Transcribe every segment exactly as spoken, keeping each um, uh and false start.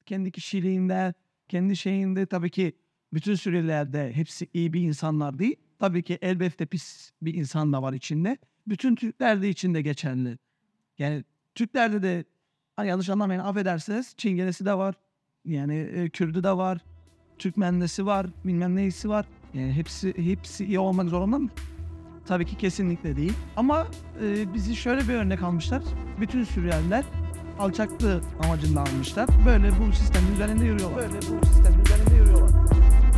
kendi kişiliğinde, kendi şeyinde tabii ki bütün Suriyelilerde hepsi iyi bir insanlar değil. Tabii ki elbette pis bir insan da var içinde. Bütün Türkler de içinde geçerli. Yani Türklerde de hani yanlış anlamayın affedersiniz Çingenesi de var. Yani e, Kürdü de var. Türkmenlisi var. Bilmem neyisi var. Yani hepsi hepsi iyi olmak zorunda mı? Tabii ki kesinlikle değil. Ama e, bizi şöyle bir örnek almışlar. Bütün Suriyeliler alçaklığı amacında almışlar. Böyle bu sistemin üzerinde yürüyorlar. Böyle bu sistemin üzerinde yürüyorlar.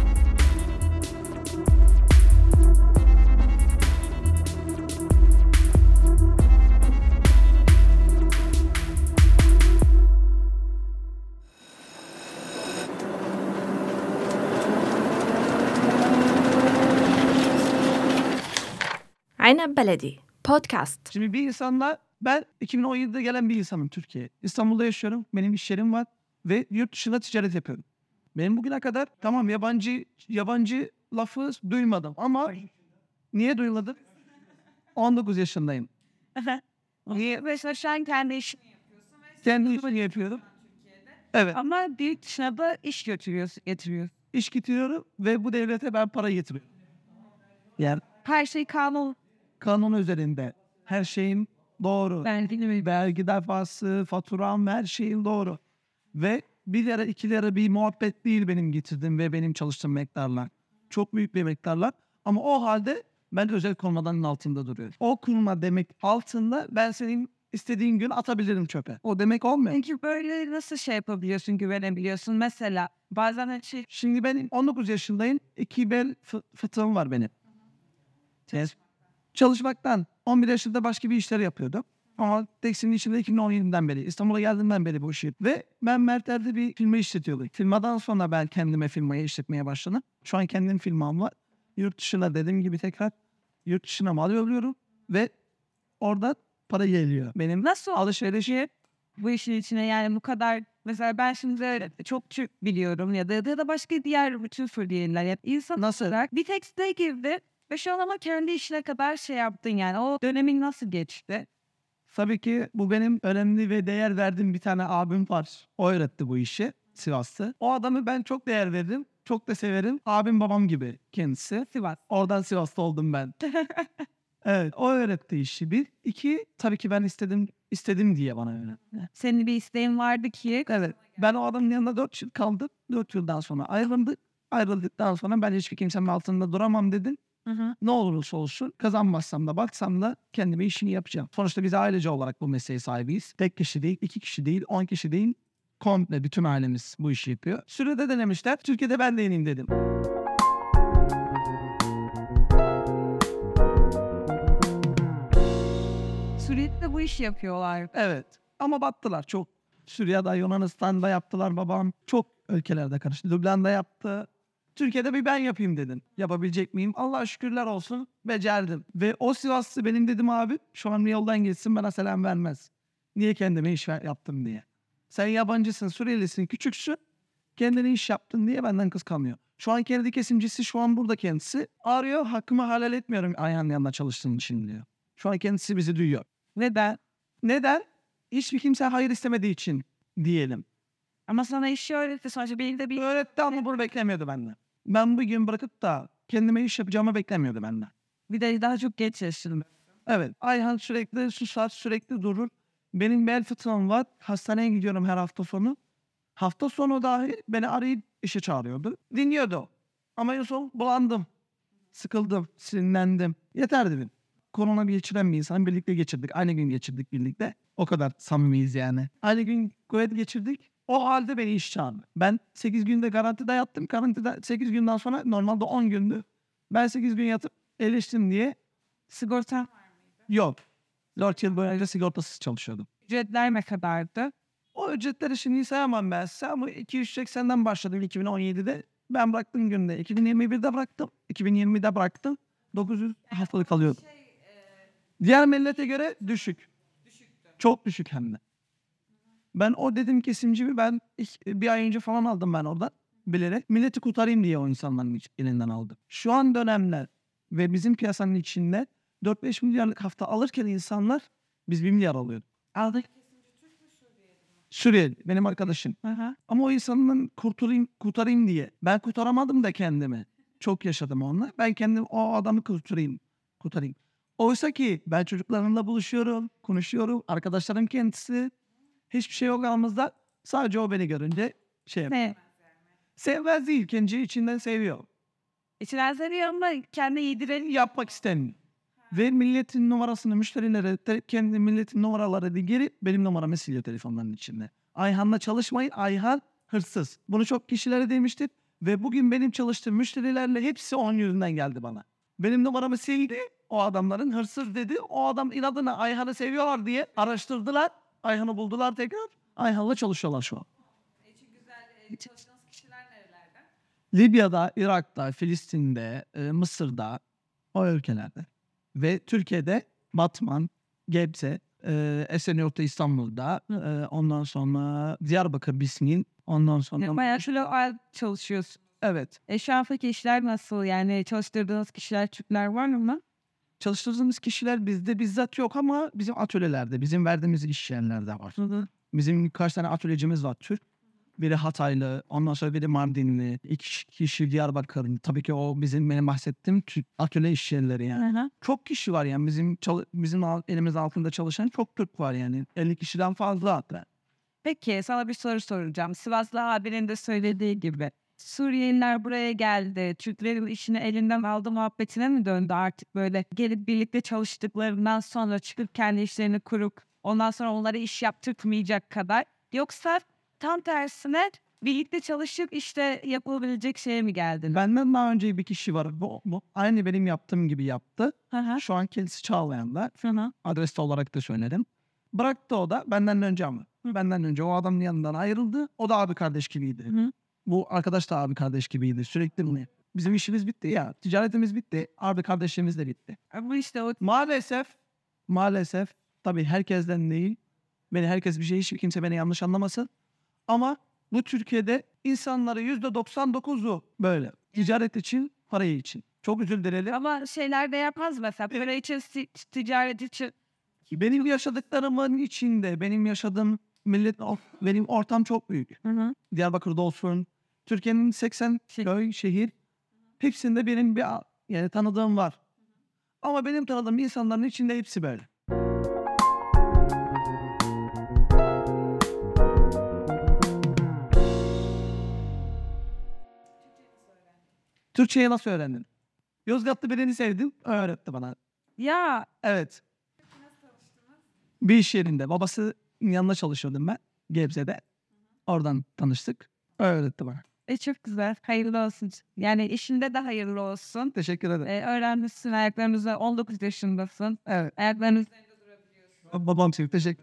Aynab Beledi Podcast. Şimdi bir insanla ben iki bin on yedide gelen bir insanım Türkiye'ye. İstanbul'da yaşıyorum. Benim iş yerim var ve yurt dışında ticaret yapıyorum. Benim bugüne kadar tamam yabancı yabancı lafı duymadım ama niye duymadım? on dokuz yaşındayım. Niye? Mesela sen kendi işini yapıyorsun. Kendi işimi yapıyorum. Evet. Ama bir dışına da iş götürüyorsun, getiriyorsun. İş getiriyorum ve bu devlete ben para getiriyorum. Yani Her şey kanun. kanun üzerinde. Her şeyin doğru. Vergini mi? Vergi defası, faturam, her şeyin doğru. Ve bir lira iki lira bir muhabbet değil benim getirdiğim ve benim çalıştığım miktarlar. Çok büyük bir miktarlar. Ama o halde ben özel korumadanın altında duruyorum. O kurma demek altında ben senin istediğin gün atabilirim çöpe. O demek olmuyor. Peki böyle nasıl şey yapabiliyorsun, güvenebiliyorsun? Mesela bazen hani şey... Şimdi ben on dokuz yaşındayım. İki bel fı- fıtığım var benim. Yes. Çalışmaktan on bir yaşında başka bir işler yapıyordum. Ama tekstilin içinde iki bin on yediden beri, İstanbul'a geldiğimden beri bu işi. Ve ben Merter'de bir firma işletiyordum. Firmadan sonra ben kendime firmayı işletmeye başladım. Şu an kendim firmam var. Yurt dışına dediğim gibi tekrar yurt dışına mal yolluyorum. Ve orada para geliyor. Benim Nasıl alışverişi bu işin içine yani bu kadar... Mesela ben şimdi çok Türk biliyorum ya da ya da başka diğer bütün Suriyeliler. Yani insan Nasıl? olarak bir tekstile girdi ve şu an ama kendi işine kadar şey yaptın yani. O dönemin nasıl geçti? tabii ki bu benim önemli ve değer verdiğim bir tane abim var. O öğretti bu işi Sivas'ta. O adamı ben çok değer verdim. Çok da severim. Abim babam gibi kendisi. Sivas. Oradan Sivas'ta oldum ben. Evet, o öğretti işi. Bir, iki, tabii ki ben istedim istedim diye bana öğretti. Senin bir isteğin vardı ki. Evet, ben o adamın yanında dört yıl kaldım. Dört yıldan sonra ayrıldık. Ayrıldıktan sonra ben hiçbir kimsenin altında duramam dedim. Hı hı. Ne olursa olsun kazanmazsam da baksam da kendime işini yapacağım. Sonuçta biz ailece olarak bu mesleğe sahibiyiz. Tek kişi değil, iki kişi değil, on kişi değil. Komple bütün ailemiz bu işi yapıyor. Sürede denemişler. Türkiye'de ben de yeneyim dedim. Suriye'de bu işi yapıyorlar. Evet. Ama battılar çok. Suriye'de, Yunanistan'da yaptılar babam. Çok ülkelerde karıştı. Lübnan'da yaptı. Türkiye'de bir ben yapayım dedim. Yapabilecek miyim? Allah'a şükürler olsun. Becerdim. Ve o Sivaslı benim dedim abi. Şu an bir yoldan geçsin bana selam vermez. Niye kendime iş ver- yaptım diye. Sen yabancısın, Suriyelisin, küçüksün. Kendine iş yaptın diye benden kıskanıyor. Şu an kendi kesimcisi şu an burada kendisi. Arıyor hakkımı helal etmiyorum ayağının yanında çalıştığın için diyor. Şu an kendisi bizi duyuyor. Neden? Neden? Hiçbir kimse hayır istemediği için diyelim. Ama sana işi öğretti. Sonuçta bir de bir... Öğretti ama bunu beklemiyordu benden. Ben bugün bırakıp da kendime iş yapacağımı beklemiyordu benden. Bir de daha çok geç yaşında. Evet. Ayhan sürekli susar, sürekli durur. Benim bel fıtığım var. Hastaneye gidiyorum her hafta sonu. Hafta sonu dahi beni arayıp işe çağırıyordu. Dinliyordu. Ama en son bulandım. Sıkıldım, sinirlendim. Yeter dedim. Korona geçiren bir insan birlikte geçirdik. Aynı gün geçirdik birlikte. O kadar samimiyiz yani. Aynı gün Kuveyt geçirdik. O halde beni iş çağırdı. Ben sekiz günde garantide yattım. Garantide sekiz günden sonra normalde on gündü. Ben sekiz gün yatıp eleştim diye Sigorta yok. dört yıl boyunca sigortasız çalışıyordum. ücretler ne kadardı? O ücretleri şimdi sayamam ben size ama iki yüz seksenden başladım iki bin on yedide. Ben bıraktım günde. iki bin yirmi birde bıraktım. iki bin yirmide bıraktım. dokuz yüz haftalık alıyordum. Diğer millete göre düşük. Çok düşük hem de. Ben o dedim kesimcimi ben ilk- bir ay önce falan aldım ben oradan bilerek. Milleti kurtarayım diye o insanların iç- elinden aldım. Şu an dönemler ve bizim piyasanın içinde dört beş milyarlık hafta alırken insanlar biz bir milyar alıyorduk. Aldık. Suriyeli benim arkadaşım. Aha. Ama o insanın kurtulayım, kurtarayım diye. Ben kurtaramadım da kendimi. Çok yaşadım onunla. Ben kendim o adamı kurtarayım. Kurtarayım. Oysa ki ben çocuklarımla buluşuyorum, konuşuyorum. Arkadaşlarım kendisi. Hiçbir şey yok aramızda. Sadece o beni görünce şey yapıyor. Ne? Sevmez değil. Kendi içinden seviyor. İçinden seviyor ama kendi yedirelim. Yapmak istemiyor. Ve milletin numarasını müşterilere te- kendi milletin numaraları diye geri benim numaramı siliyor telefonların içinde. Ayhan'la çalışmayın. Ayhan hırsız. Bunu çok kişilere demiştim. Ve bugün benim çalıştığım müşterilerle hepsi onun yüzünden geldi bana. Benim numaramı sildi. O adamların hırsız dedi. O adam inadına Ayhan'ı seviyorlar diye araştırdılar. Ayhan'ı buldular tekrar. Ayhan'la çalışıyorlar şu an. Çalıştığınız kişiler nerelerden? Libya'da, Irak'ta, Filistin'de, e, Mısır'da, o ülkelerde. Ve Türkiye'de Batman, Gebze, e, Esenyurt'ta, İstanbul'da, e, ondan sonra Diyarbakır, Bismil, ondan sonra... Ya bayağı şöyle ay- çalışıyorsun. Evet. E şu andaki işler nasıl? Yani çalıştırdığınız kişiler, Türkler var mı? Çalıştırdığımız kişiler bizde bizzat yok ama bizim atölyelerde, bizim verdiğimiz iş yerlerde var. Hı hı. Bizim birkaç tane atölyecimiz var Türk. Biri Hataylı, ondan sonra biri Mardinli, iki kişi Diyarbakırlı. Tabii ki o bizim benim bahsettiğim Türk atölye iş yerleri yani. Hı hı. Çok kişi var yani bizim çalı- bizim al- elimiz altında çalışan çok Türk var yani. elli kişiden fazla hatta. Peki sana bir soru soracağım. Sivaslı abinin de söylediği gibi. Suriyeliler buraya geldi. Türklerin işini elinden aldı muhabbetine mi döndü artık böyle? Gelip birlikte çalıştıklarından sonra çıkıp kendi işlerini kurup ondan sonra onlara iş yaptırtmayacak kadar. Yoksa tam tersine birlikte çalışıp işte yapılabilecek şeye mi geldiler? Benden daha önce bir kişi var. Bu, bu aynı benim yaptığım gibi yaptı. Hı hı. Şu an kendisi Çağlayan'da. Hı hı. Adreste olarak da söyledim. Bıraktı o da benden önce ama. Benden önce o adamın yanından ayrıldı. O da abi kardeş gibiydi. Hı hı. Bu arkadaş da abi kardeş gibiydi. Sürekli bunu. Bizim işimiz bitti ya. Ticaretimiz bitti. Abi kardeşliğimiz de bitti. Ama işte o Maalesef, maalesef tabii herkesten değil. Beni herkes bir şey, hiç kimse beni yanlış anlamasın. Ama bu Türkiye'de insanları yüzde doksan dokuzu böyle. Ticaret için, parayı için. Çok özür dilerim. ama şeyler de yapmaz mesela. Para için, ti- ticaret için. Benim yaşadıklarımın içinde, benim yaşadığım millet, benim ortam çok büyük. Hı hı. Diyarbakır'da olsun, Türkiye'nin seksen Şey- köy, şehir, hepsinde benim bir yani tanıdığım var. Ama benim tanıdığım insanların içinde hepsi böyle. Türkçeyi nasıl öğrendin? Yozgatlı birini sevdim, o öğretti bana. Ya Evet. Bir iş yerinde. Babası yanında çalışıyordum ben. Gebze'de. Oradan tanıştık. O öğretti bana. e, çok güzel. Hayırlı olsun. Yani işinde de hayırlı olsun. Teşekkür ederim. E, öğrenmişsin ayaklarınızda. on dokuz yaşındasın. Evet. Ayaklarınız Babam sevdi. Teşekkür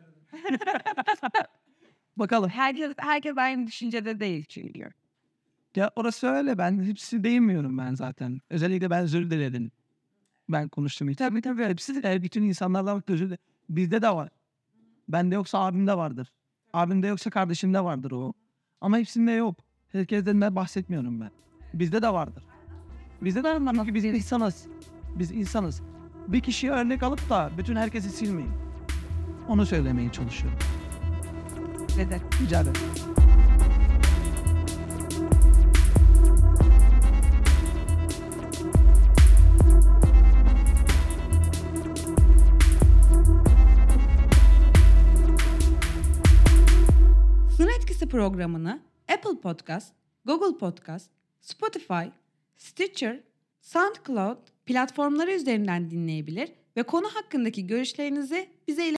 Bakalım. herkes, herkes aynı düşüncede değil çünkü. Ya orası öyle. Ben hepsi değinmiyorum ben zaten. Özellikle ben özür diledim. Ben konuştum hiç. Tabii tabii. Hepsi de bütün insanlardan özür dilerim. Bizde de var. Bende yoksa abimde vardır. Abimde yoksa kardeşimde vardır o. Ama hepsinde yok. Herkesten de bahsetmiyorum ben. Bizde de vardır. Bizde de var. Çünkü biz insanız. Biz insanız. Bir kişiye örnek alıp da bütün herkesi silmeyin. Onu söylemeye çalışıyorum. Neden? Rica ederim. Sınır Etkisi programını Apple Podcast, Google Podcast, Spotify, Stitcher, SoundCloud platformları üzerinden dinleyebilir ve konu hakkındaki görüşlerinizi bize